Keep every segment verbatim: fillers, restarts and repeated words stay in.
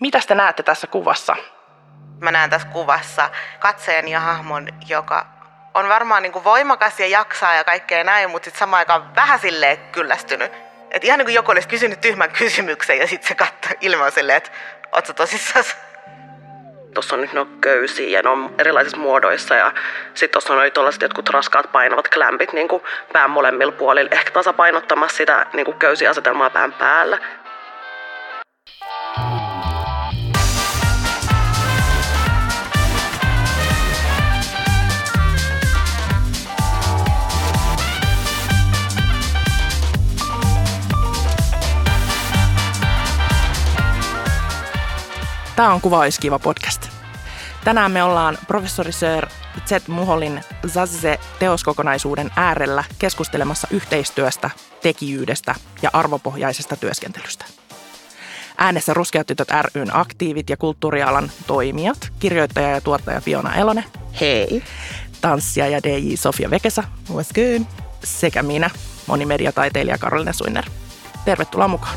Mitäs te näette tässä kuvassa? Mä näen tässä kuvassa katseen ja hahmon, joka on varmaan niin kuin voimakas ja jaksaa ja kaikkea näin, mutta sitten samaan aikaan vähän silleen kyllästynyt. Että ihan niin kuin joku olisi kysynyt tyhmän kysymyksen ja sitten se katsoo ilman silleen, että oot sä tosissaan? Tuossa on nyt no köysiä ja ne on erilaisissa muodoissa ja sitten tuossa on noin tuollaiset jotkut raskaat painavat klämpit niin kuin pään molemmilla puolilla, ehkä tasapainottamassa sitä niin kuin köysiasetelmaa pään päällä. Tämä on Kuva ois kiva podcast. Tänään me ollaan professori Sir Z. Muholin Zazize-teoskokonaisuuden äärellä keskustelemassa yhteistyöstä, tekijyydestä ja arvopohjaisesta työskentelystä. Äänessä Ruskeat tytöt ry:n aktiivit ja kulttuurialan toimijat, kirjoittaja ja tuottaja Fiona Elonen. Hei. Tanssija ja D J Sofia Vekesa. What's good? Sekä minä, monimediataiteilija Karolina Suinner. Tervetuloa mukaan.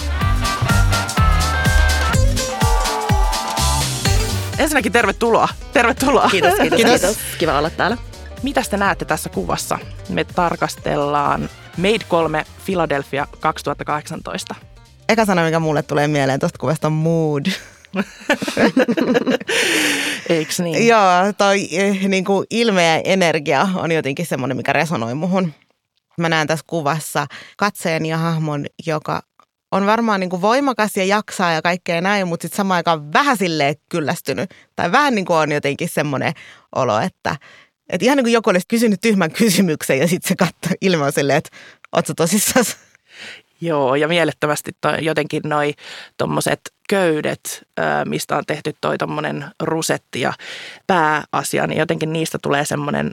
Ensinnäkin tervetuloa. Tervetuloa. Kiitos, kiitos, kiitos. kiitos. Kiva olla täällä. Mitäs te näette tässä kuvassa? Me tarkastellaan Made kolme Philadelphia kaksituhattakahdeksantoista. Eka sana, mikä mulle tulee mieleen tuosta kuvasta on mood. Eiks niin? Joo, toi niin kuin ilme ja energia on jotenkin semmoinen, mikä resonoi muhun. Mä näen tässä kuvassa katseen ja hahmon, joka on varmaan niin kuin voimakas ja jaksaa ja kaikkea näin, mutta sitten samaan aikaan vähän silleen kyllästynyt. Tai vähän niin kuin on jotenkin semmoinen olo, että, että ihan niin kuin joku olisi kysynyt tyhmän kysymyksen ja sitten se katsoo ilman silleen, että oot sä tosissaan? Joo, ja mielettömästi toi, jotenkin noi tommoset köydet, mistä on tehty toi tommonen rusetti ja pääasia, niin jotenkin niistä tulee semmoinen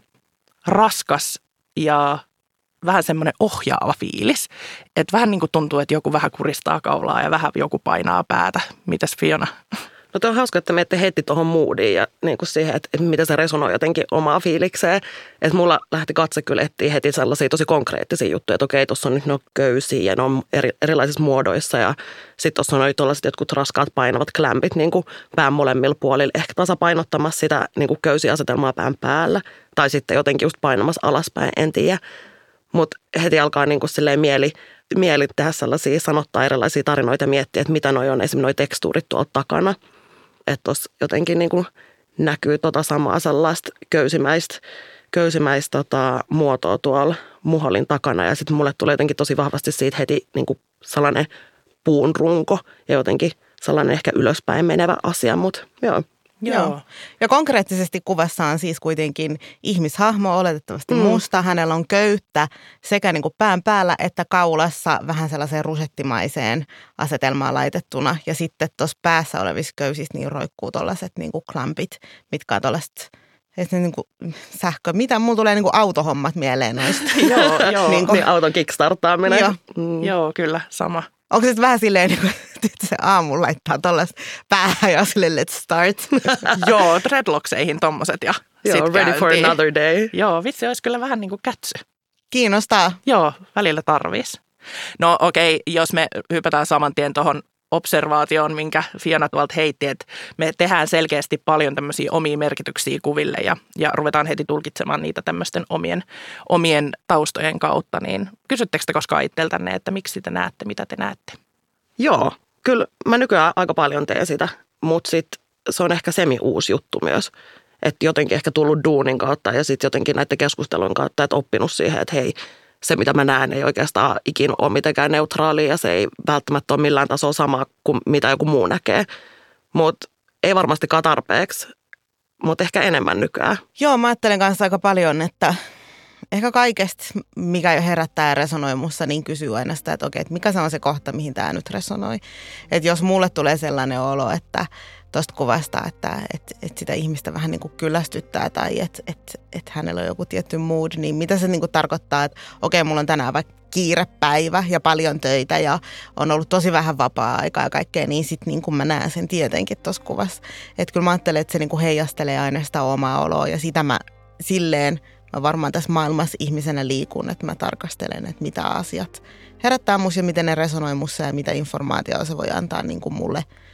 raskas ja vähän semmoinen ohjaava fiilis. Että vähän niin kuin tuntuu, että joku vähän kuristaa kaulaa ja vähän joku painaa päätä. Mitäs Fiona? No tuo on hauska, että menette heti tuohon moodiin ja niin kuin siihen, että, että miten se resonoi jotenkin omaa fiilikseen. Että mulla lähti katse kyllä etsiä heti sellaisia tosi konkreettisia juttuja, että okei, tuossa on nyt no köysiä ja ne on eri, erilaisissa muodoissa ja sitten tuossa on noin tuollaiset jotkut raskaat painavat klämpit niin kuin pään molemmilla puolilla, ehkä tasapainottamassa sitä niin kuin köysiasetelmaa pään päällä tai sitten jotenkin just painamassa alaspäin, en tiedä. Mutta heti alkaa niin kuin silleen mieli, mieli tehdä sellaisia, sanottaa erilaisia tarinoita ja miettiä, että mitä noi on esimerkiksi noi tekstuurit tuolta takana. Että tuossa jotenkin niin kuin näkyy tota samaa sellaista köysimäistä, köysimäistä tota, muotoa tuolla Muholin takana. Ja sitten mulle tulee jotenkin tosi vahvasti siitä heti niin kuin sellainen puun runko ja jotenkin sellainen ehkä ylöspäin menevä asia, mutta joo. Joo. Ja konkreettisesti kuvassa on siis kuitenkin ihmishahmo, oletettavasti mm. musta. Hänellä on köyttä sekä niin kuin pään päällä että kaulassa vähän sellaiseen rusettimaiseen asetelmaan laitettuna. Ja sitten tuossa päässä olevissa köysissä niin roikkuu tuollaiset niin kuin klampit, mitkä on tuollaiset niin kuin sähkö. Mitä? Mulla tulee niin kuin autohommat mieleen noista. joo, joo. niin, kuin, niin auton kickstartaaminen. Joo. Mm. Joo, kyllä, sama. Onko se vähän silleen, että se aamulla laittaa tuollaista päähän ja silleen let's start? Joo, dreadlockseihin tommoset ja Joo, sit ready for another day. Joo, vitsi olisi kyllä vähän niin kuin kätsy. Kiinnostaa. Joo, välillä tarvis. No okei, okay, jos me hypätään saman tien tuohon observaatioon, minkä Fiona tuolta heitti, että me tehdään selkeästi paljon tämmöisiä omia merkityksiä kuville ja, ja ruvetaan heti tulkitsemaan niitä tämmöisten omien, omien taustojen kautta, niin kysyttekö te koskaan itseltänne, että miksi te näette, mitä te näette? Joo, kyllä mä nykyään aika paljon teen sitä, mutta sitten se on ehkä semi-uusi juttu myös. Että jotenkin ehkä tullut duunin kautta ja sitten jotenkin näiden keskustelun kautta, että oppinut siihen, että hei, se mitä mä näen ei oikeastaan ikinä ole mitenkään neutraalia ja se ei välttämättä ole millään tasolla sama kuin mitä joku muu näkee. Mutta ei varmastikaan tarpeeksi, mutta ehkä enemmän nykyään. Joo, mä ajattelen kanssa aika paljon, että ehkä kaikesta, mikä herättää ja resonoi musta, niin kysyy aina sitä, että okei, että mikä se on se kohta, mihin tämä nyt resonoi. Että jos mulle tulee sellainen olo, että tuosta kuvasta, että, että, että sitä ihmistä vähän niin kuin kyllästyttää tai että, että, että hänellä on joku tietty mood, niin mitä se niin kuin tarkoittaa, että okei, mulla on tänään vaikka kiirepäivä ja paljon töitä ja on ollut tosi vähän vapaa-aikaa ja kaikkea, niin sitten niin kuin mä näen sen tietenkin tuossa kuvassa. Että kyllä mä ajattelen, että se niin kuin heijastelee aina sitä omaa oloa ja sitä mä silleen, mä varmaan tässä maailmassa ihmisenä liikun, että mä tarkastelen, että mitä asiat herättää musta ja miten ne resonoi musta ja mitä informaatiota se voi antaa niin kuin mulle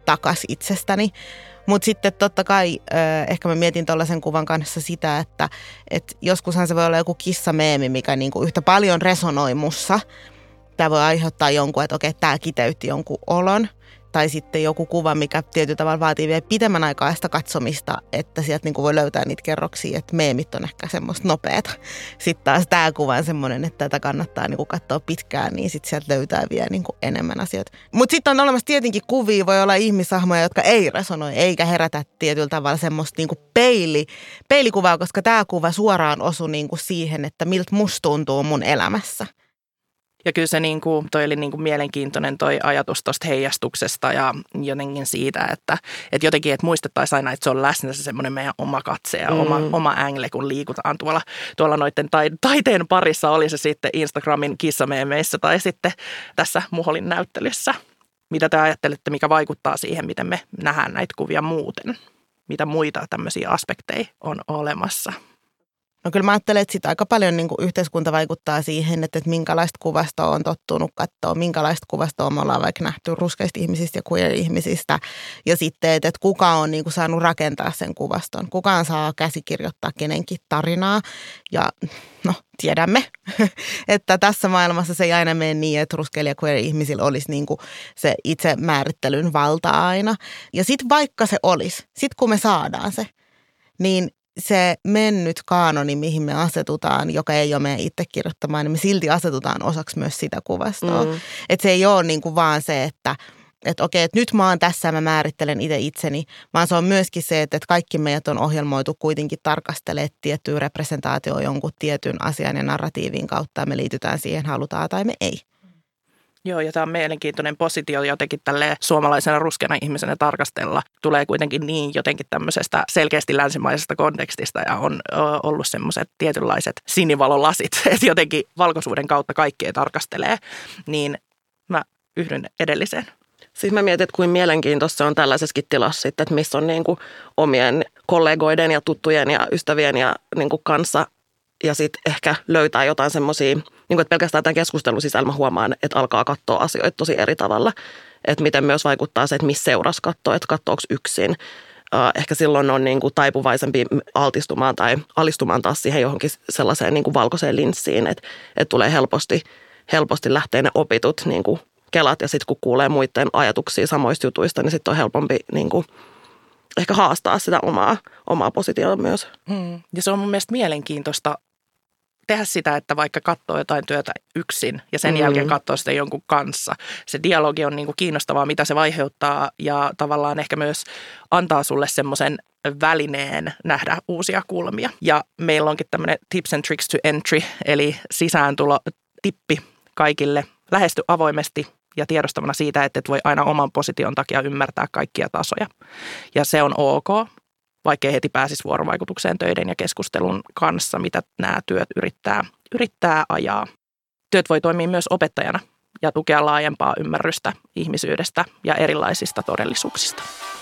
takas itsestäni. Mutta sitten totta kai äh, ehkä mä mietin tuollaisen kuvan kanssa sitä, että et joskushan se voi olla joku kissameemi, mikä niinku yhtä paljon resonoi mussa. Tämä voi aiheuttaa jonkun, että okei, tämä kiteytti jonkun olon. Tai sitten joku kuva, mikä tietyllä tavalla vaatii vielä pitemmän aikaa sitä katsomista, että sieltä niinku voi löytää niitä kerroksia, että meemit on ehkä semmoista nopeata. Sitten taas tämä kuva on semmoinen, että tätä kannattaa niinku katsoa pitkään, niin sitten sieltä löytää vielä niinku enemmän asioita. Mutta sitten on olemassa tietenkin kuvia, voi olla ihmishahmoja, jotka ei resonoi, eikä herätä tietyllä tavalla semmoista niinku peili, peilikuvaa, koska tämä kuva suoraan osui niinku siihen, että miltä musta tuntuu mun elämässä. Ja kyllä se niin kuin, toi oli niin kuin mielenkiintoinen toi ajatus tuosta heijastuksesta ja jotenkin siitä, että, että jotenkin, että muistettaisiin aina, että se on läsnä se semmoinen meidän oma katse ja mm. oma, oma angle, kun liikutaan tuolla, tuolla noiden taiteen parissa, oli se sitten Instagramin kissameemeissä tai sitten tässä Muholin näyttelyssä. Mitä te ajattelette, mikä vaikuttaa siihen, miten me nähdään näitä kuvia muuten? Mitä muita tämmöisiä aspekteja on olemassa? No kyllä mä ajattelen, että sitä aika paljon niin kuin yhteiskunta vaikuttaa siihen, että, että minkälaista kuvastoa on tottunut katsoa, minkälaista kuvastoa me ollaan vaikka nähty ruskeista ihmisistä ja queer-ihmisistä. Ja sitten, että, että kuka on niin kuin saanut rakentaa sen kuvaston, kukaan saa käsikirjoittaa kenenkin tarinaa. Ja no, tiedämme, että tässä maailmassa se ei aina mene niin, että ruskeilla ja queer-ihmisillä olisi niin kuin se itse määrittelyn valta aina. Ja sitten vaikka se olisi, sitten kun me saadaan se, niin se mennyt kaanoni, mihin me asetutaan, joka ei ole meidän itse kirjoittamaan, niin me silti asetutaan osaksi myös sitä kuvastoa. Mm. Että se ei ole niin kuin vaan se, että että okei, että nyt mä oon tässä ja mä määrittelen itse itseni, vaan se on myöskin se, että kaikki meidät on ohjelmoitu kuitenkin tarkastelemaan tiettyä representaatioa jonkun tietyn asian ja narratiivin kautta ja me liitytään siihen, halutaan tai me ei. Joo, ja tämä on mielenkiintoinen positio jotenkin tälleen suomalaisena ruskeana ihmisenä tarkastella. Tulee kuitenkin niin jotenkin tämmöisestä selkeästi länsimaisesta kontekstista ja on ollut semmoiset tietynlaiset sinivalolasit, että jotenkin valkoisuuden kautta kaikkea tarkastelee, niin mä yhdyn edelliseen. Siis mä mietin, että kuin mielenkiintoista on tällaisessakin tilassa sitten, että missä on niin kuin omien kollegoiden ja tuttujen ja ystävien ja niin kuin kanssa ja sitten ehkä löytää jotain semmoisia, niin kuin että pelkästään tämän keskustelun sisällä mä huomaan, että alkaa katsoa asioita tosi eri tavalla. Että miten myös vaikuttaa se, että missä seurassa katsoo, että katsoako yksin. Ehkä silloin on niin kuin taipuvaisempi altistumaan tai alistumaan taas siihen johonkin sellaiseen niin kuin valkoiseen linssiin, että, että tulee helposti, helposti lähteä ne opitut niin kuin kelat ja sitten kun kuulee muiden ajatuksia samoista jutuista, niin sitten on helpompi niin kuin ehkä haastaa sitä omaa, omaa positiota myös. Hmm. Ja se on mun mielestä mielenkiintoista tehdä sitä, että vaikka katsoo jotain työtä yksin ja sen mm. jälkeen katsoo sitä jonkun kanssa. Se dialogi on niin kuin kiinnostavaa, mitä se vaiheuttaa ja tavallaan ehkä myös antaa sulle semmoisen välineen nähdä uusia kulmia. Ja meillä onkin tämmöinen tips and tricks to entry, eli sisääntulo tippi kaikille. Lähesty avoimesti ja tiedostavana siitä, että et voi aina oman position takia ymmärtää kaikkia tasoja. Ja se on ok, vaikkei heti pääsisi vuorovaikutukseen töiden ja keskustelun kanssa, mitä nämä työt yrittää, yrittää ajaa. Työt voi toimia myös opettajana ja tukea laajempaa ymmärrystä ihmisyydestä ja erilaisista todellisuuksista.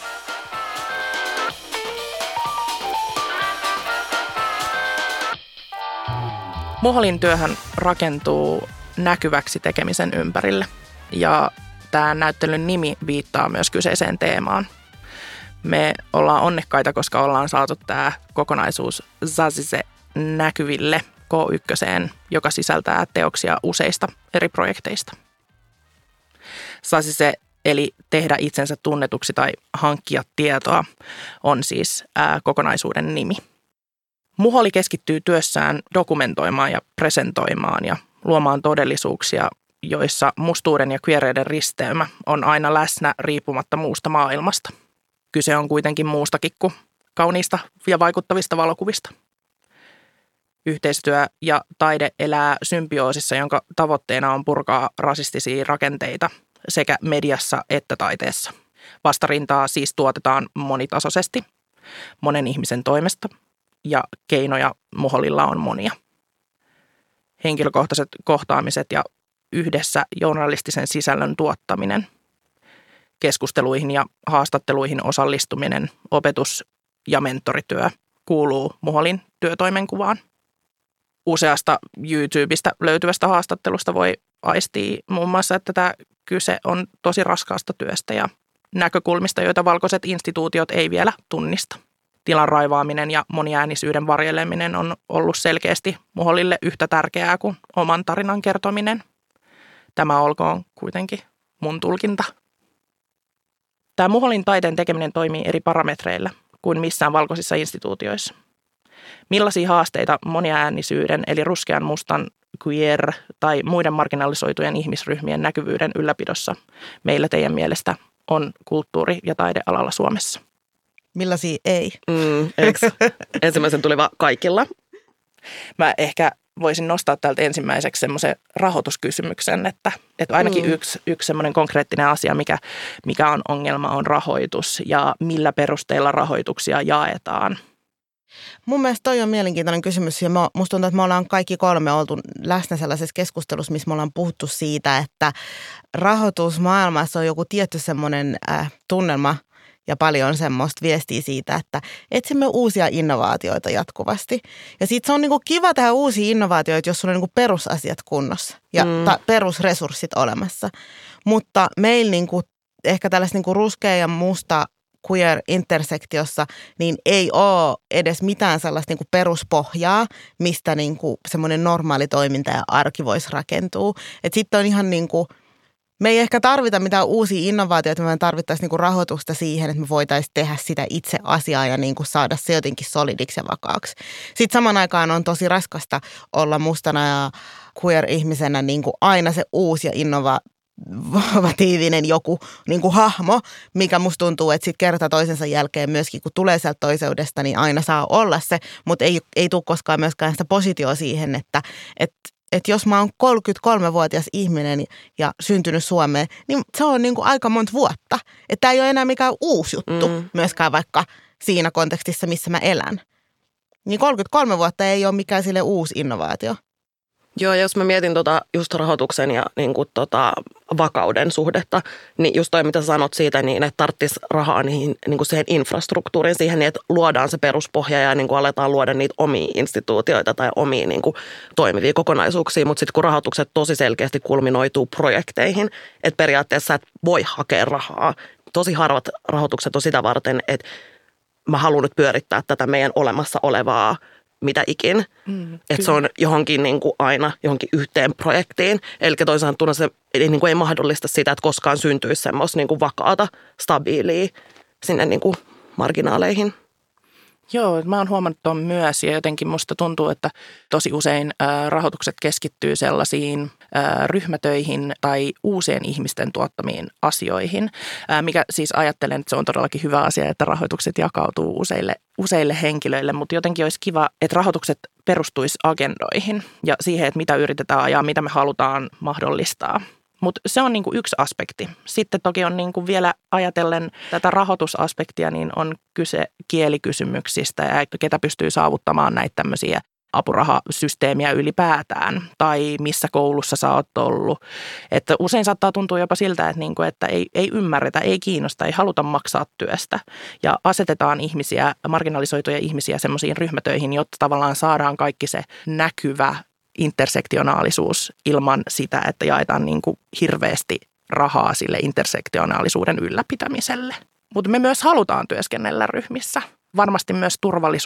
Muholin työhän rakentuu näkyväksi tekemisen ympärille ja tämä näyttelyn nimi viittaa myös kyseiseen teemaan. Me ollaan onnekkaita, koska ollaan saatu tämä kokonaisuus Zazise näkyville K yksi, joka sisältää teoksia useista eri projekteista. Zazise eli tehdä itsensä tunnetuksi tai hankkia tietoa on siis ää, kokonaisuuden nimi. Muholi keskittyy työssään dokumentoimaan ja presentoimaan ja luomaan todellisuuksia, joissa mustuuden ja queereiden risteymä on aina läsnä riippumatta muusta maailmasta. Kyse on kuitenkin muustakin kuin kauniista ja vaikuttavista valokuvista. Yhteistyö ja taide elää symbioosissa, jonka tavoitteena on purkaa rasistisia rakenteita sekä mediassa että taiteessa. Vastarintaa siis tuotetaan monitasoisesti, monen ihmisen toimesta, ja keinoja Muholilla on monia. Henkilökohtaiset kohtaamiset ja yhdessä journalistisen sisällön tuottaminen, keskusteluihin ja haastatteluihin osallistuminen, opetus ja mentorityö kuuluu Muholin työtoimenkuvaan. Useasta YouTubesta löytyvästä haastattelusta voi aistia muun muassa, että tämä kyse on tosi raskaasta työstä ja näkökulmista, joita valkoiset instituutiot ei vielä tunnista. Tilan raivaaminen ja moniäänisyyden varjeleminen on ollut selkeästi Muholille yhtä tärkeää kuin oman tarinan kertominen. Tämä olkoon kuitenkin mun tulkinta. Tämä Muholin taiteen tekeminen toimii eri parametreillä kuin missään valkoisissa instituutioissa. Millaisia haasteita moniäänisyyden eli ruskean, mustan, queer tai muiden marginalisoitujen ihmisryhmien näkyvyyden ylläpidossa meillä teidän mielestä on kulttuuri- ja taidealalla Suomessa? Millaisia ei? Mm, ensimmäisen tuli vaan kaikilla. Mä ehkä voisin nostaa täältä ensimmäiseksi semmoisen rahoituskysymyksen, että, että ainakin mm. yksi, yksi semmoinen konkreettinen asia, mikä, mikä on ongelma, on rahoitus ja millä perusteella rahoituksia jaetaan. Mun mielestä toi on mielenkiintoinen kysymys ja musta tuntuu, että me ollaan kaikki kolme oltu läsnä sellaisessa keskustelussa, missä me ollaan puhuttu siitä, että rahoitusmaailmassa on joku tietty semmoinen äh, tunnelma ja paljon semmoista viestiä siitä, että etsimme uusia innovaatioita jatkuvasti. Ja sitten se on niinku kiva tehdä uusia innovaatioita, jos sulla on niinku perusasiat kunnossa ja mm. ta- perusresurssit olemassa. Mutta meillä niinku, ehkä tällaista niinku ruskea ja musta queer-intersektiossa, niin ei ole edes mitään sellaista niinku peruspohjaa, mistä niinku semmoinen normaali toiminta ja arki voisi rakentua. Että sitten on ihan niinku, me ei ehkä tarvita mitään uusia innovaatioita, me tarvittaisiin niinku rahoitusta siihen, että me voitaisiin tehdä sitä itse asiaa ja niinku saada se jotenkin solidiksi ja vakaaksi. Sitten saman aikaan on tosi raskasta olla mustana ja queer-ihmisenä niinku aina se uusi ja innovatiivinen joku niinku hahmo, mikä musta tuntuu, että sitten kerta toisensa jälkeen myöskin, kun tulee sieltä toiseudesta, niin aina saa olla se, mutta ei, ei tule koskaan myöskään sitä positioa siihen, että et, että jos mä oon kolmekymmentäkolmevuotias ihminen ja syntynyt Suomeen, niin se on niinku aika monta vuotta. Että tämä ei ole enää mikään uusi juttu mm. myöskään vaikka siinä kontekstissa, missä mä elän. Niin kolmekymmentäkolme vuotta ei ole mikään sille uusi innovaatio. Joo, jos mä mietin tota just rahoituksen ja niin kuin tota vakauden suhdetta, niin just toi, mitä sä sanot siitä, niin että tarvitsisi rahaa niihin, niin kuin siihen infrastruktuuriin, siihen, niin että luodaan se peruspohja ja niin kuin aletaan luoda niitä omia instituutioita tai omia niin kuin toimivia kokonaisuuksia, mutta sitten kun rahoitukset tosi selkeästi kulminoituu projekteihin, että periaatteessa sä et voi hakea rahaa. Tosi harvat rahoitukset on sitä varten, että mä haluan nyt pyörittää tätä meidän olemassa olevaa mitä ikin. Mm, että se on johonkin niin kuin aina johonkin yhteen projektiin. Eli toisaalta tunne se niin kuin ei mahdollista sitä, että koskaan syntyisi semmoista niin kuin vakaata, stabiilia sinne niin kuin marginaaleihin. Joo, mä oon huomannut tuon myös ja jotenkin musta tuntuu, että tosi usein ä, rahoitukset keskittyy sellaisiin ä, ryhmätöihin tai uusien ihmisten tuottamiin asioihin, ä, mikä siis ajattelen, että se on todellakin hyvä asia, että rahoitukset jakautuu useille, useille henkilöille, mutta jotenkin olisi kiva, että rahoitukset perustuisi agendoihin ja siihen, että mitä yritetään ajaa, mitä me halutaan mahdollistaa. Mutta se on niinku yksi aspekti. Sitten toki on niinku vielä ajatellen tätä rahoitusaspektia, niin on kyse kielikysymyksistä ja ketä pystyy saavuttamaan näitä tämmöisiä apurahasysteemiä ylipäätään tai missä koulussa sä oot ollut. Että usein saattaa tuntua jopa siltä, että, niinku, että ei, ei ymmärretä, ei kiinnosta, ei haluta maksaa työstä ja asetetaan ihmisiä, marginalisoituja ihmisiä semmoisiin ryhmätöihin, jotta tavallaan saadaan kaikki se näkyvä intersektionaalisuus ilman sitä, että jaetaan niin kuin hirveästi rahaa sille intersektionaalisuuden ylläpitämiselle. Mutta me myös halutaan työskennellä ryhmissä, varmasti myös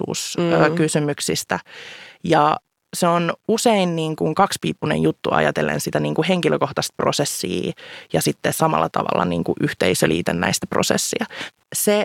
turvallisuuskysymyksistä. Mm. Ja se on usein niin kuin kaksipiippunen juttu ajatellen sitä niin kuin henkilökohtaista prosessia ja sitten samalla tavalla niin kuin yhteisöliitännäistä prosessia. Se,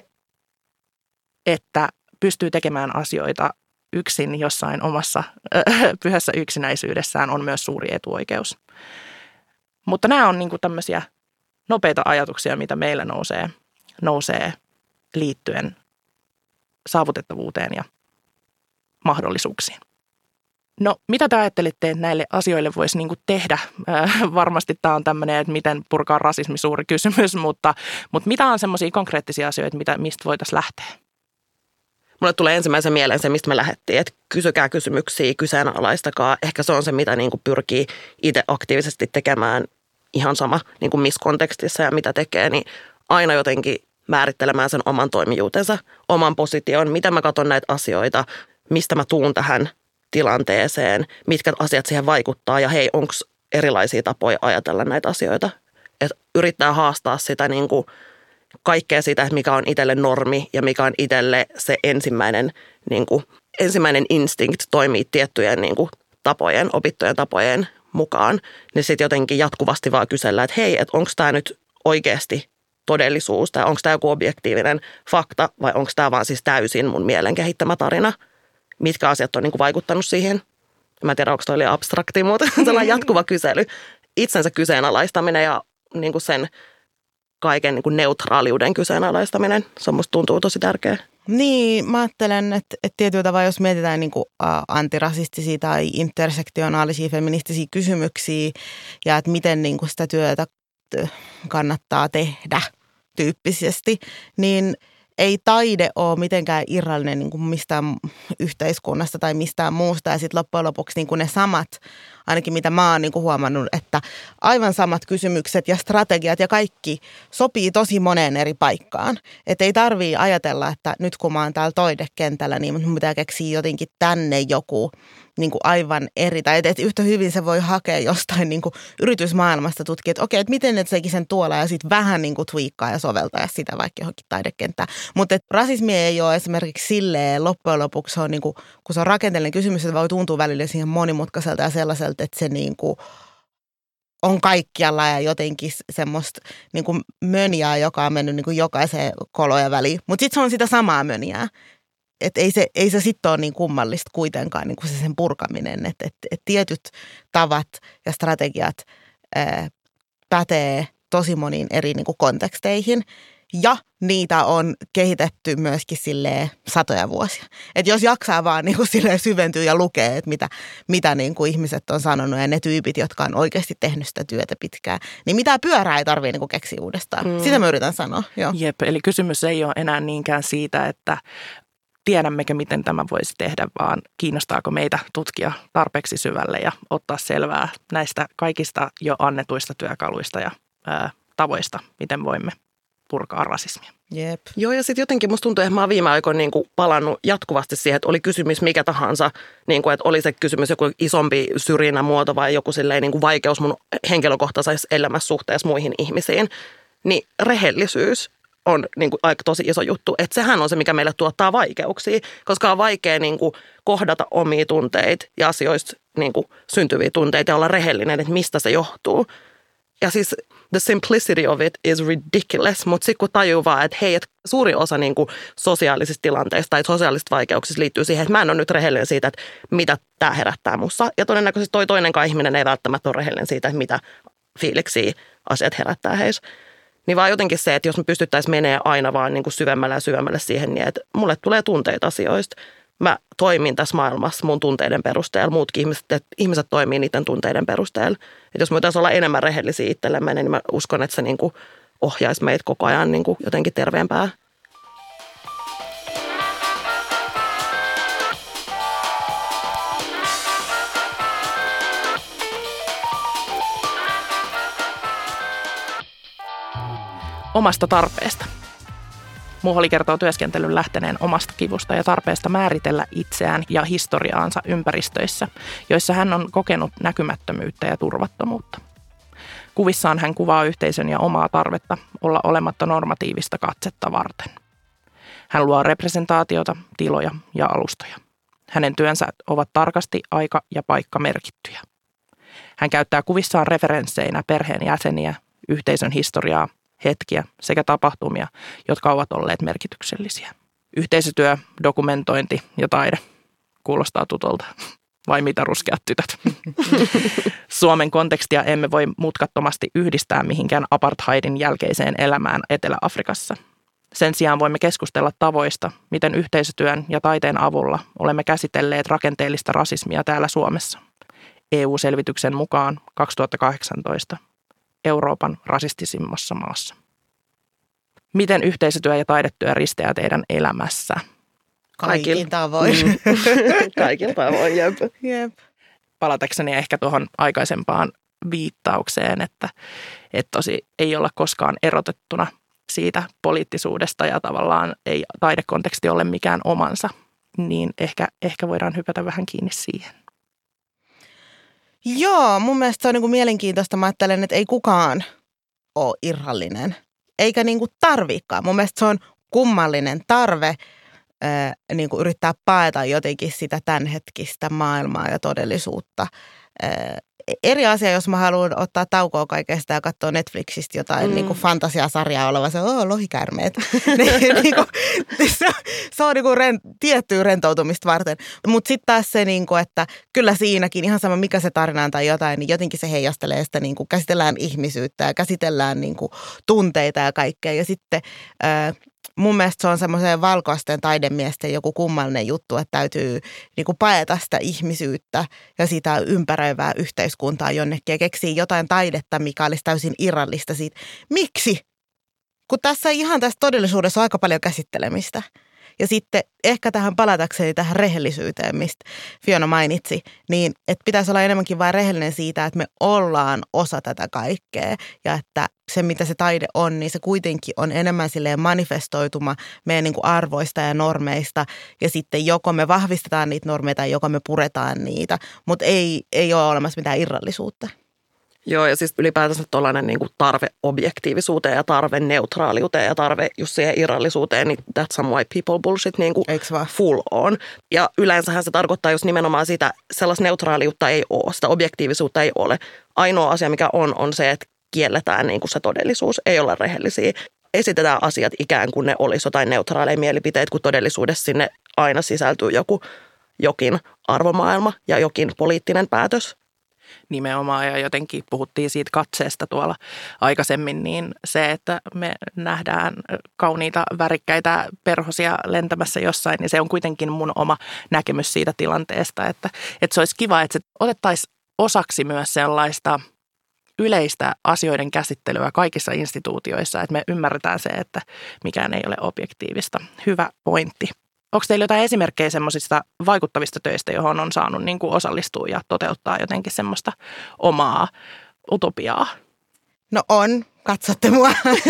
että pystyy tekemään asioita yksin jossain omassa äh, pyhässä yksinäisyydessään on myös suuri etuoikeus. Mutta nämä on niinku tämmöisiä nopeita ajatuksia, mitä meillä nousee, nousee liittyen saavutettavuuteen ja mahdollisuuksiin. No, mitä te ajattelitte, että näille asioille voisi niinku tehdä? Äh, varmasti tämä on tämmöinen, että miten purkaa rasismi suuri kysymys, mutta, mutta mitä on semmoisia konkreettisia asioita, mitä, mistä voitaisiin lähteä? Mulle tulee ensimmäisen mieleen se, mistä me lähdettiin, että kysykää kysymyksiä, kyseenalaistakaa. Ehkä se on se, mitä niin kuin pyrkii itse aktiivisesti tekemään ihan sama niin kuin missä kontekstissa ja mitä tekee, niin aina jotenkin määrittelemään sen oman toimijuutensa, oman position, miten mä katson näitä asioita, mistä mä tuun tähän tilanteeseen, mitkä asiat siihen vaikuttaa ja hei, onko erilaisia tapoja ajatella näitä asioita. Että yrittää haastaa sitä niin kuin kaikkea sitä, mikä on itselle normi ja mikä on itselle se ensimmäinen, niin kuin, ensimmäinen instinct toimii tiettyjen niin kuin, tapojen, opittujen tapojen mukaan, niin sitten jotenkin jatkuvasti vaan kysellään, että hei, että onko tämä nyt oikeasti todellisuus tai onko tämä joku objektiivinen fakta vai onko tämä vaan siis täysin mun mielen kehittämä tarina, mitkä asiat on niin kuin, vaikuttanut siihen. Mä en tiedä, onko toi oli abstrakti, mutta sellainen jatkuva kysely, itsensä kyseenalaistaminen ja niin kuin sen kaiken niin kuin neutraaliuden kyseenalaistaminen. Se on musta tuntuu tosi tärkeää. Niin, mä ajattelen, että, että tietyllä tavalla, jos mietitään niin kuin, ä, antirasistisia tai intersektionaalisia feministisiä kysymyksiä ja että miten niin kuin sitä työtä kannattaa tehdä tyyppisesti, niin ei taide ole mitenkään irrallinen niin kuin mistään yhteiskunnasta tai mistään muusta. Ja sitten loppujen lopuksi niin kuin ne samat, ainakin mitä mä oon niin kuin huomannut, että aivan samat kysymykset ja strategiat ja kaikki sopii tosi moneen eri paikkaan. Että ei tarvii ajatella, että nyt kun mä oon täällä taidekentällä, niin mun pitää keksiä jotenkin tänne joku niin kuin aivan eri. Tai että yhtä hyvin se voi hakea jostain niin kuin yritysmaailmasta tutkia, että okei, että miten ne teki sen tuolla ja sitten vähän niin kuin tweakkaa ja soveltaa sitä vaikka johonkin taidekenttään. Mutta rasismi ei ole esimerkiksi silleen loppujen lopuksi, se on niin kuin, kun se on rakenteellinen kysymys, että voi tuntua välillä siihen monimutkaiselta ja sellaiselta, että se niin kuin on kaikkialla ja jotenkin semmoista niin kuin mönjää, joka on mennyt niin kuin jokaiseen kolojen väliin. Mutta sitten se on sitä samaa mönjää. Että ei se, ei se sitten ole niin kummallista kuitenkaan niin kuin se sen purkaminen. Että et, et tietyt tavat ja strategiat ää, pätee tosi moniin eri niin kuin konteksteihin. Ja niitä on kehitetty myöskin silleen satoja vuosia. Että jos jaksaa vaan niin kuin silleen syventyä ja lukee, että mitä, mitä niin kuin ihmiset on sanonut ja ne tyypit, jotka on oikeasti tehnyt sitä työtä pitkään, niin mitä pyörää ei tarvitse niin kuin keksiä uudestaan. Mm. Sitä mä yritän sanoa. Joo. Jep, eli kysymys ei ole enää niinkään siitä, että tiedämmekö, miten tämä voisi tehdä, vaan kiinnostaako meitä tutkia tarpeeksi syvälle ja ottaa selvää näistä kaikista jo annetuista työkaluista ja ää, tavoista, miten voimme purkaa rasismia. Jep. Joo, ja sitten jotenkin musta tuntuu, että mä oon viime aikoina niin kuin palannut jatkuvasti siihen, että oli kysymys mikä tahansa, niin kuin, että oli se kysymys joku isompi syrjinnämuoto vai joku silleen niin kuin vaikeus mun henkilökohtaisessa elämässä suhteessa muihin ihmisiin, niin rehellisyys on niin kuin aika tosi iso juttu, että sehän on se, mikä meille tuottaa vaikeuksia, koska on vaikea niin kuin kohdata omia tunteita ja asioista niin kuin syntyviä tunteita ja olla rehellinen, että mistä se johtuu. Ja siis the simplicity of it is ridiculous, mutta sitten kun tajuu vaan, että hei, että suuri osa niin kuin sosiaalisista tilanteista tai sosiaalisista vaikeuksista liittyy siihen, että mä en ole nyt rehellinen siitä, että mitä tämä herättää mussa. Ja todennäköisesti toi toinenkaan ihminen ei välttämättä ole rehellinen siitä, että mitä fiiliksiä asiat herättää heissä. Niin vaan jotenkin se, että jos me pystyttäisiin menemään aina vaan niin kuin syvemmälle ja syvemmälle siihen, niin että mulle tulee tunteita asioista. Mä toimin tässä maailmassa mun tunteiden perusteella, muutkin ihmiset, että ihmiset toimii niiden tunteiden perusteella. Että jos me voitaisiin olla enemmän rehellisiä itsellemme, niin mä uskon, että se niin kuin ohjaisi meitä koko ajan niin kuin jotenkin terveempää. Omasta tarpeesta. Muholi kertoo työskentelyn lähteneen omasta kivusta ja tarpeesta määritellä itseään ja historiaansa ympäristöissä, joissa hän on kokenut näkymättömyyttä ja turvattomuutta. Kuvissaan hän kuvaa yhteisön ja omaa tarvetta olla olematta normatiivista katsetta varten. Hän luo representaatiota, tiloja ja alustoja. Hänen työnsä ovat tarkasti aika- ja paikkamerkittyjä. Hän käyttää kuvissaan referensseinä perheenjäseniä, yhteisön historiaa, hetkiä sekä tapahtumia, jotka ovat olleet merkityksellisiä. Yhteisötyö, dokumentointi ja taide. Kuulostaa tutolta. Vai mitä ruskeat tytöt? Suomen kontekstia emme voi mutkattomasti yhdistää mihinkään apartheidin jälkeiseen elämään Etelä-Afrikassa. Sen sijaan voimme keskustella tavoista, miten yhteisötyön ja taiteen avulla olemme käsitelleet rakenteellista rasismia täällä Suomessa. E U-selvityksen mukaan kaksituhattakahdeksantoista Euroopan rasistisimmassa maassa. Miten yhteisötyö ja taidetyö risteää teidän elämässä? Kaikin tavoin. Mm. Kaikin tavoin, jep. Jep. Palatakseni ehkä tuohon aikaisempaan viittaukseen, että, että tosi ei olla koskaan erotettuna siitä poliittisuudesta ja tavallaan ei taidekonteksti ole mikään omansa, niin ehkä, ehkä voidaan hypätä vähän kiinni siihen. Joo, mun mielestä se on niin kuin mielenkiintoista. Mä ajattelen, että ei kukaan ole irrallinen. eikä niin kuin tarviikaan. Mun mielestä se on kummallinen tarve ää, niin kuin yrittää paeta jotenkin sitä tämänhetkistä maailmaa ja todellisuutta. Ää, eri asia, jos mä haluan ottaa taukoa kaikesta ja katsoa Netflixistä jotain mm. niin kuin fantasiasarjaa oleva, se on lohikäärmeet. niin kuin, se, se on niin kuin ren, tiettyä rentoutumista varten. Mutta sitten taas se, niin kuin, että kyllä siinäkin ihan sama mikä se tarina on tai jotain, niin jotenkin se heijastelee sitä, niin kuin käsitellään ihmisyyttä ja käsitellään niin kuin tunteita ja kaikkea. Ja sitten Äh, mun mielestä se on semmoisen valkoisten taidemiesten joku kummallinen juttu, että täytyy niin kuin paeta sitä ihmisyyttä ja sitä ympäröivää yhteiskuntaa jonnekin ja keksiä jotain taidetta, mikä olisi täysin irrallista siitä. Miksi? Kun tässä ihan tässä todellisuudessa on aika paljon käsittelemistä. Ja sitten ehkä tähän palatakseni tähän rehellisyyteen, mistä Fiona mainitsi, niin että pitäisi olla enemmänkin vain rehellinen siitä, että me ollaan osa tätä kaikkea ja että se, mitä se taide on, niin se kuitenkin on enemmän silleen manifestoituma meidän niin kuin arvoista ja normeista ja sitten joko me vahvistetaan niitä normeja tai joko me puretaan niitä, mutta ei, ei ole olemassa mitään irrallisuutta. Joo, ja siis ylipäätänsä tuollainen niin kuin tarve objektiivisuuteen ja tarve neutraaliuteen ja tarve just siihen irrallisuuteen, niin that's some white people bullshit niin kuin full on. Ja yleensähän se tarkoittaa just nimenomaan sitä, sellaista neutraaliutta ei ole, sitä objektiivisuutta ei ole. Ainoa asia, mikä on, on se, että kielletään niin kuin se todellisuus, ei olla rehellisiä. Esitetään asiat ikään kuin ne olisi jotain neutraaleja mielipiteitä, kun todellisuudessa sinne aina sisältyy joku, jokin arvomaailma ja jokin poliittinen päätös. Nimenomaan, ja jotenkin puhuttiin siitä katseesta tuolla aikaisemmin, niin se, että me nähdään kauniita värikkäitä perhosia lentämässä jossain, niin se on kuitenkin mun oma näkemys siitä tilanteesta, että, että se olisi kiva, että se otettaisiin osaksi myös sellaista yleistä asioiden käsittelyä kaikissa instituutioissa, että me ymmärretään se, että mikään ei ole objektiivista. Hyvä pointti. Onko teillä jotain esimerkkejä semmoisista vaikuttavista töistä, johon on saanut niin kuin osallistua ja toteuttaa jotenkin semmoista omaa utopiaa? No on, katsotte mua.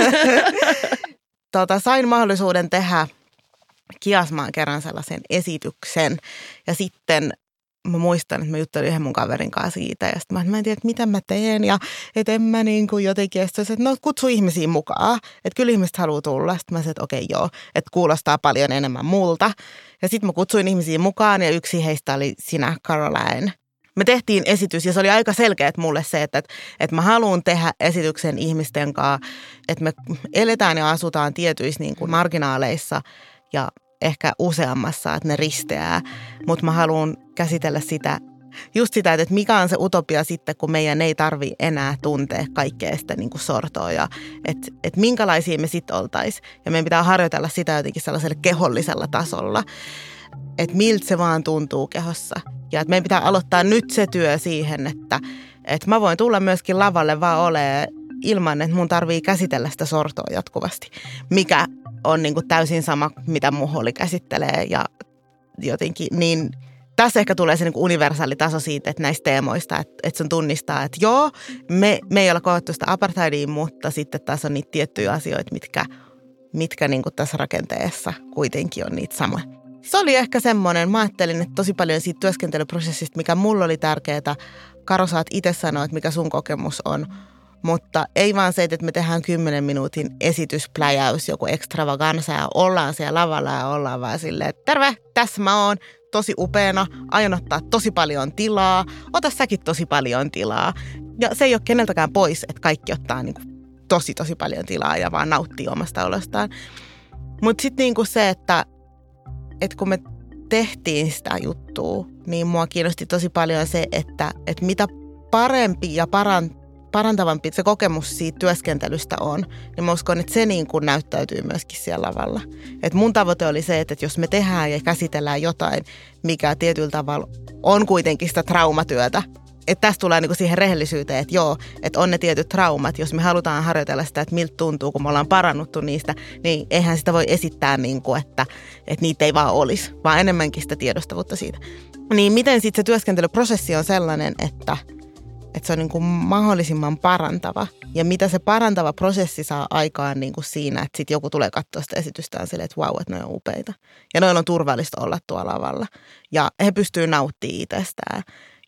tota, sain mahdollisuuden tehdä Kiasmaan kerran sellaisen esityksen ja sitten mä muistan, että mä juttelin yhden mun kaverin kanssa siitä ja sitten mä, mä en tiedä, että mitä mä teen ja että en mä niin kuin jotenkin, ja sitten että no kutsu ihmisiä mukaan, että kyllä ihmiset haluaa tulla. Sitten mä sanoin, että okei joo, että kuulostaa paljon enemmän multa. Ja sitten mä kutsuin ihmisiä mukaan ja yksi heistä oli sinä, Caroline. Me tehtiin esitys ja se oli aika selkeä mulle se, että, että, että mä haluan tehdä esityksen ihmisten kanssa, että me eletään ja asutaan tietyissä niin kuin marginaaleissa ja ehkä useammassa, että ne risteää, mutta mä haluan käsitellä sitä, just sitä, että mikä on se utopia sitten, kun meidän ei tarvitse enää tuntea kaikkea sitä niin kuin sortoa ja että, että minkälaisia me sitten oltaisiin. Ja meidän pitää harjoitella sitä jotenkin sellaisella kehollisella tasolla, että miltä se vaan tuntuu kehossa. Ja että meidän pitää aloittaa nyt se työ siihen, että, että mä voin tulla myöskin lavalle vaan olemaan ilman, että mun tarvii käsitellä sitä sortoa jatkuvasti, mikä on niin kuin täysin sama, mitä muholi käsittelee ja jotenkin niin tässä ehkä tulee se niin kuin universaali taso siitä, että näistä teemoista, että, että sun tunnistaa, että joo, me, me ei olla koettu sitä apartheidia, mutta sitten taas on niitä tiettyjä asioita, mitkä, mitkä niin kuin tässä rakenteessa kuitenkin on niitä samoja. Se oli ehkä semmoinen, mä ajattelin, että tosi paljon siitä työskentelyprosessista, mikä mulla oli tärkeää. Karo, saat itse sanoa, että mikä sun kokemus on. Mutta ei vaan se, että me tehdään kymmenen minuutin esityspläjäys, joku extravaganza ja ollaan siellä lavalla ja ollaan vaan silleen, että terve, tässä mä oon, tosi upeana, aion ottaa tosi paljon tilaa, ota säkin tosi paljon tilaa. Ja se ei ole keneltäkään pois, että kaikki ottaa niin kuin tosi tosi paljon tilaa ja vaan nauttii omasta olostaan. Mutta sitten niin kuin se, että, että kun me tehtiin sitä juttua, niin mua kiinnosti tosi paljon se, että, että mitä parempi ja parantaa, parantavampi se kokemus siitä työskentelystä on, niin mä uskon, että se niin kuin näyttäytyy myöskin siellä lavalla. Et mun tavoite oli se, että jos me tehdään ja käsitellään jotain, mikä tietyllä tavalla on kuitenkin sitä traumatyötä, että tästä tulee niin kuin siihen rehellisyyteen, että joo, että on ne tietyt traumat. Jos me halutaan harjoitella sitä, että miltä tuntuu, kun me ollaan parannuttu niistä, niin eihän sitä voi esittää niin kuin, että, että niitä ei vaan olisi, vaan enemmänkin sitä tiedostavuutta siitä. Niin miten sitten se työskentelyprosessi on sellainen, että Että se on niin kuin mahdollisimman parantava. Ja mitä se parantava prosessi saa aikaan niin kuin siinä, että sitten joku tulee katsoa sitä esitystään silleen, että vau, että ne on upeita. Ja noilla on turvallista olla tuolla lavalla. Ja he pystyvät nauttimaan itsestään. Ja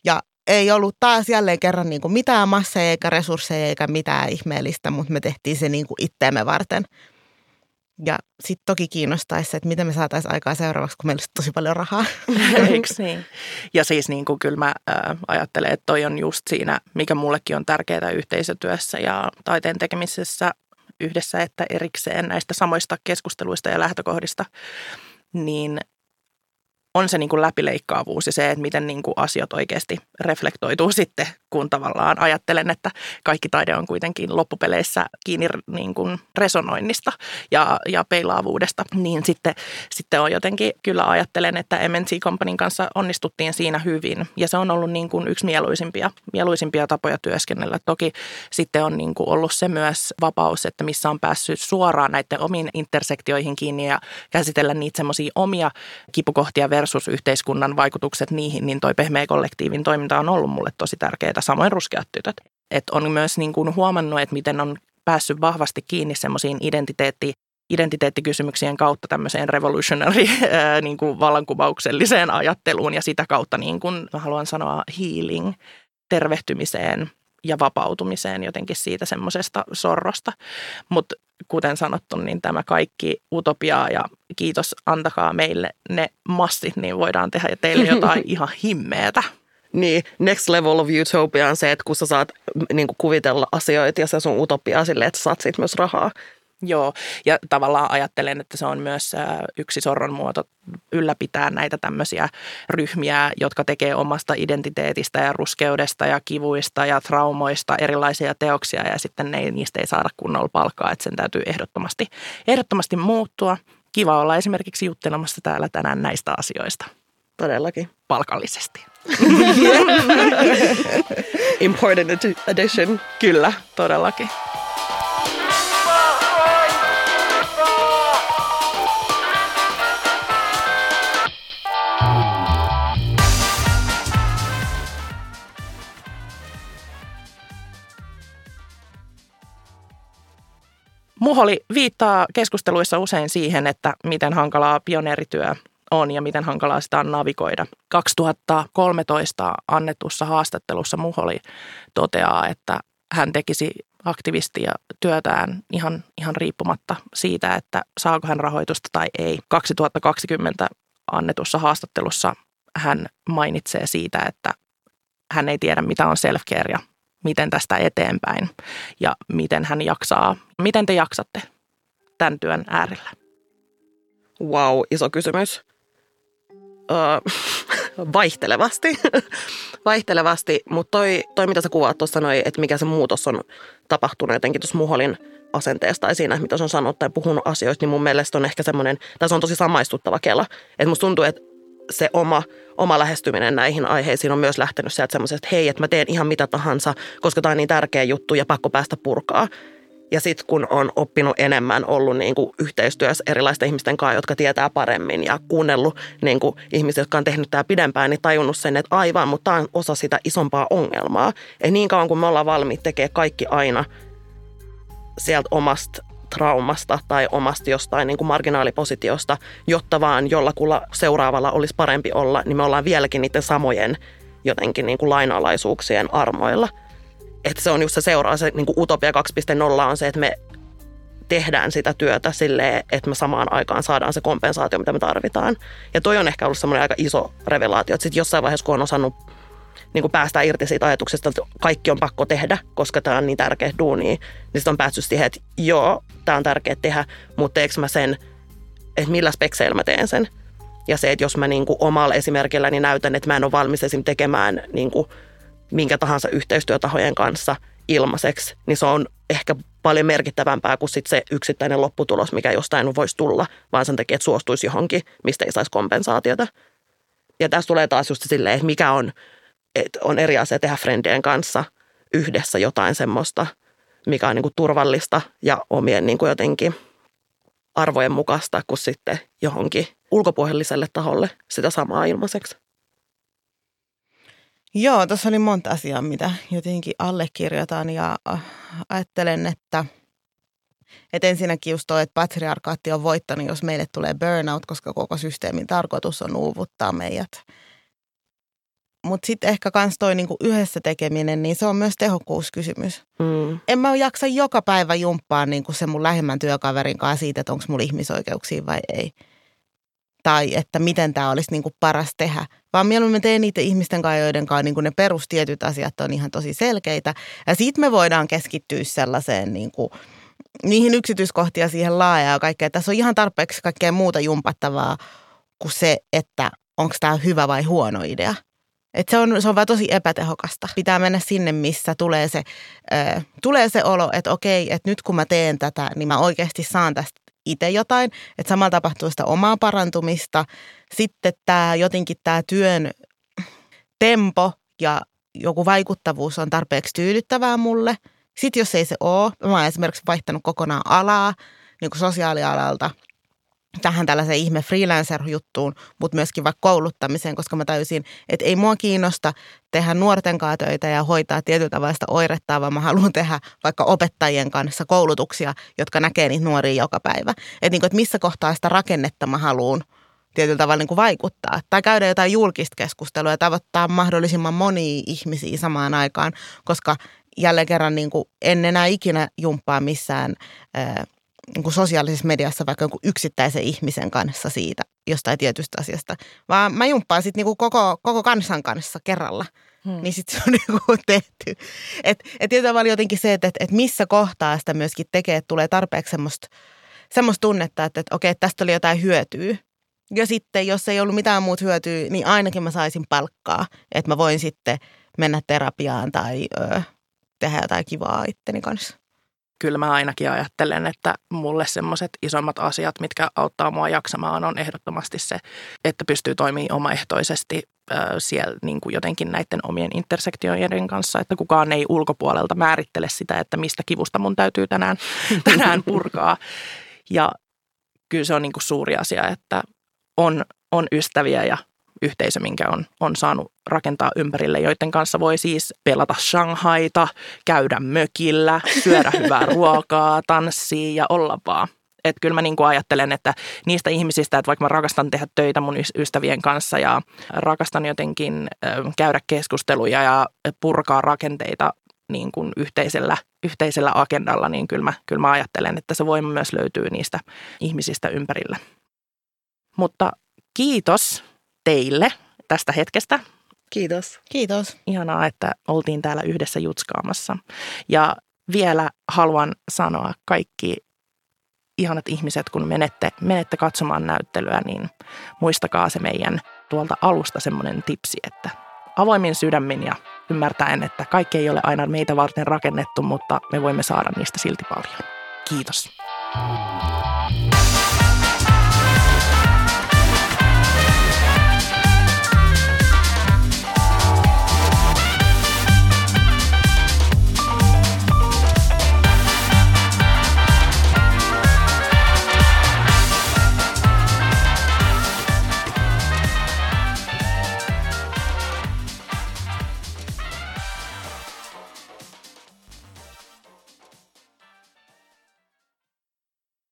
ei ollut taas jälleen kerran niin kuin mitään masseja eikä resursseja eikä mitään ihmeellistä, mutta me tehtiin se niin kuin itteemme varten. Ja sitten toki kiinnostaisi, että miten me saataisiin aikaa seuraavaksi, kun meillä olisi tosi paljon rahaa. Eikö niin? Ja siis niin kuin kyllä mä ää, ajattelen, että toi on just siinä, mikä mullekin on tärkeää yhteisötyössä ja taiteen tekemisessä yhdessä, että erikseen näistä samoista keskusteluista ja lähtökohdista, niin on se niin kuin läpileikkaavuus ja se, että miten niin kuin asiat oikeasti reflektoituu sitten, kun tavallaan ajattelen, että kaikki taide on kuitenkin loppupeleissä kiinni niin kuin resonoinnista ja, ja peilaavuudesta. Niin sitten, sitten on jotenkin, kyllä ajattelen, että M and C Companyn kanssa onnistuttiin siinä hyvin. Ja se on ollut niin kuin yksi mieluisimpia, mieluisimpia tapoja työskennellä. Toki sitten on niin kuin ollut se myös vapaus, että missä on päässyt suoraan näiden omiin intersektioihin kiinni ja käsitellä niitä semmoisia omia kipukohtia versus yhteiskunnan vaikutukset niihin, niin toi Pehmeä kollektiivin toiminta on ollut mulle tosi tärkeää, samoin Ruskeat tytöt. Et on myös niin kuin huomannut, että miten on päässyt vahvasti kiinni semmoisiin identiteetti, identiteettikysymyksien kautta tämmöiseen revolutionary ää, niin kuin vallankumoukselliseen ajatteluun ja sitä kautta niin kuin haluan sanoa healing, tervehtymiseen ja vapautumiseen jotenkin siitä semmoisesta sorrosta. Mutta kuten sanottu, niin tämä kaikki utopiaa ja kiitos, antakaa meille ne massit, niin voidaan tehdä teille jotain ihan himmeetä. Niin, next level of utopia on se, että kun sä saat niin kuin kuvitella asioita ja se sun utopia silleen, että sä saat siitä myös rahaa. Joo, ja tavallaan ajattelen, että se on myös yksi sorron muoto ylläpitää näitä tämmöisiä ryhmiä, jotka tekee omasta identiteetistä ja ruskeudesta ja kivuista ja traumoista erilaisia teoksia ja sitten ne, niistä ei saada kunnolla palkkaa, että sen täytyy ehdottomasti, ehdottomasti muuttua. Kiva olla esimerkiksi juttelemassa täällä tänään näistä asioista. Todellakin. Palkallisesti. Important addition. Kyllä, todellakin. Muholi viittaa keskusteluissa usein siihen, että miten hankalaa pioneerityö on ja miten hankalaa sitä on navigoida. kaksituhattakolmetoista annetussa haastattelussa Muholi toteaa, että hän tekisi aktivistia työtään ihan, ihan riippumatta siitä, että saako hän rahoitusta tai ei. kaksituhattakaksikymmentä annetussa haastattelussa hän mainitsee siitä, että hän ei tiedä, mitä on self-care ja miten tästä eteenpäin ja miten hän jaksaa. Miten te jaksatte tämän työn äärellä? Wow, iso kysymys. Öö, vaihtelevasti. vaihtelevasti, mutta toi, toi mitä sä kuvaat tuossa, että mikä se muutos on tapahtunut jotenkin tuossa Muholin asenteesta tai siinä, mitä se on sanonut tai puhunut asioista, niin mun mielestä on ehkä semmoinen, tai se on tosi samaistuttava kela. Että musta tuntuu, että se oma, oma lähestyminen näihin aiheisiin on myös lähtenyt sieltä semmoisesta, että hei, että mä teen ihan mitä tahansa, koska tämä on niin tärkeä juttu ja pakko päästä purkaa. Ja sitten kun on oppinut enemmän, ollut niin kuin yhteistyössä erilaisten ihmisten kanssa, jotka tietää paremmin ja kuunnellut niin kuin ihmisiä, jotka on tehnyt tämä pidempään, niin tajunnut sen, että aivan, mutta tämä on osa sitä isompaa ongelmaa. Ja niin kauan kun me ollaan valmiit tekemään kaikki aina sieltä omasta traumasta tai omasta jostain niin kuin marginaalipositiosta, jotta vaan jollakulla seuraavalla olisi parempi olla, niin me ollaan vieläkin niiden samojen jotenkin niin kuin lainalaisuuksien armoilla. Että se on just se seuraava, se niin kuin utopia kaksi piste nolla on se, että me tehdään sitä työtä silleen, että me samaan aikaan saadaan se kompensaatio, mitä me tarvitaan. Ja toi on ehkä ollut semmoinen aika iso revelaatio, että sitten jossain vaiheessa, kun on osannut niin kuin päästä irti siitä ajatuksesta, että kaikki on pakko tehdä, koska tämä on niin tärkeä duuni, niin sitten on päässyt siihen, että joo, tämä on tärkeää tehdä, mutta teekö mä sen, että millä spekseillä mä teen sen. Ja se, että jos mä niin kuin omalla esimerkilläni näytän, että mä en ole valmis esim. Tekemään niin kuin minkä tahansa yhteistyötahojen kanssa ilmaiseksi, niin se on ehkä paljon merkittävämpää kuin sit se yksittäinen lopputulos, mikä jostain voisi tulla, vaan sen takia, että suostuisi johonkin, mistä ei saisi kompensaatiota. Ja tässä tulee taas just silleen, että mikä on, että on eri asia tehdä friendien kanssa yhdessä jotain semmoista, mikä on niin kuin turvallista ja omien niin kuin jotenkin arvojen mukaista, kuin sitten johonkin ulkopuoliselle taholle sitä samaa ilmaiseksi. Joo, tuossa oli monta asiaa, mitä jotenkin allekirjoitan ja ajattelen, että, että ensinnäkin just toi, että patriarkaatti on voittanut, jos meille tulee burnout, koska koko systeemin tarkoitus on uuvuttaa meidät. Mutta sitten ehkä kans toi niinku yhdessä tekeminen, niin se on myös tehokkuuskysymys. Mm. En mä jaksa joka päivä jumppaa niinku se mun lähimmän työkaverin kanssa siitä, että onko mulla ihmisoikeuksia vai ei. Tai että miten tämä olisi niinku paras tehdä. Vaan mieluummin teen niiden ihmisten kanssa, joiden kanssa niinku ne perustietyt asiat on ihan tosi selkeitä. Ja siitä me voidaan keskittyä sellaiseen niinku, niihin yksityiskohtia siihen laajaan ja kaikkea. Tässä on ihan tarpeeksi kaikkea muuta jumpattavaa kuin se, että onko tämä hyvä vai huono idea. Et se on, se on vaan tosi epätehokasta. Pitää mennä sinne, missä tulee se, äh, tulee se olo, että okei, että nyt kun mä teen tätä, niin mä oikeasti saan tästä itse jotain. Että samalla tapahtuu sitä omaa parantumista. Sitten tämä jotenkin tämä työn tempo ja joku vaikuttavuus on tarpeeksi tyydyttävää mulle. Sitten jos ei se ole, mä oon esimerkiksi vaihtanut kokonaan alaa, niin kuin sosiaalialalta, tähän tällaiseen ihme freelancer-juttuun, mutta myöskin vaikka kouluttamiseen, koska mä täysin, että ei mua kiinnosta tehdä nuorten kanssa töitä ja hoitaa tietyllä tavalla sitä oirettaa, vaan mä haluan tehdä vaikka opettajien kanssa koulutuksia, jotka näkee niitä nuoria joka päivä. Että niin kuin, että missä kohtaa sitä rakennetta mä haluan tietyllä tavalla niin kuin vaikuttaa. Tai käydä jotain julkista keskustelua ja tavoittaa mahdollisimman monia ihmisiä samaan aikaan, koska jälleen kerran niin kuin en enää ikinä jumppaa missään ää, niin kuin sosiaalisessa mediassa vaikka jonkun yksittäisen ihmisen kanssa siitä jostain tietystä asiasta, vaan mä jumppaan sitten niin kuin koko, koko kansan kanssa kerralla. Hmm. Niin sitten se on niin kuin tehty. Että et tietyllä tavalla jotenkin se, että et, et missä kohtaa sitä myöskin tekee, että tulee tarpeeksi semmoista, semmoista tunnetta, että et, okei, että tästä oli jotain hyötyä. Ja sitten, jos ei ollut mitään muuta hyötyä, niin ainakin mä saisin palkkaa, että mä voin sitten mennä terapiaan tai ö, tehdä jotain kivaa itteni kanssa. Kyllä mä ainakin ajattelen, että mulle semmoiset isommat asiat, mitkä auttaa mua jaksamaan, on ehdottomasti se, että pystyy toimimaan omaehtoisesti äh, siellä niin kuin jotenkin näiden omien intersektioiden kanssa, että kukaan ei ulkopuolelta määrittele sitä, että mistä kivusta mun täytyy tänään, tänään purkaa. Ja kyllä se on niin kuin suuri asia, että on, on ystäviä ja yhteisö, minkä on, on saanut rakentaa ympärille, joiden kanssa voi siis pelata Shanghaita, käydä mökillä, syödä hyvää ruokaa, tanssia ja olla vaan. Että kyllä mä niin kuin ajattelen, että niistä ihmisistä, että vaikka mä rakastan tehdä töitä mun ystävien kanssa ja rakastan jotenkin käydä keskusteluja ja purkaa rakenteita niin kuin yhteisellä, yhteisellä agendalla, niin kyllä mä, kyllä mä ajattelen, että se voima myös löytyy niistä ihmisistä ympärillä. Mutta kiitos teille tästä hetkestä. Kiitos. Kiitos. Ihanaa, että oltiin täällä yhdessä jutskaamassa. Ja vielä haluan sanoa kaikki ihanat ihmiset, kun menette, menette katsomaan näyttelyä, niin muistakaa se meidän tuolta alusta semmoinen tipsi, että avoimin sydämin ja ymmärtäen, että kaikki ei ole aina meitä varten rakennettu, mutta me voimme saada niistä silti paljon. Kiitos.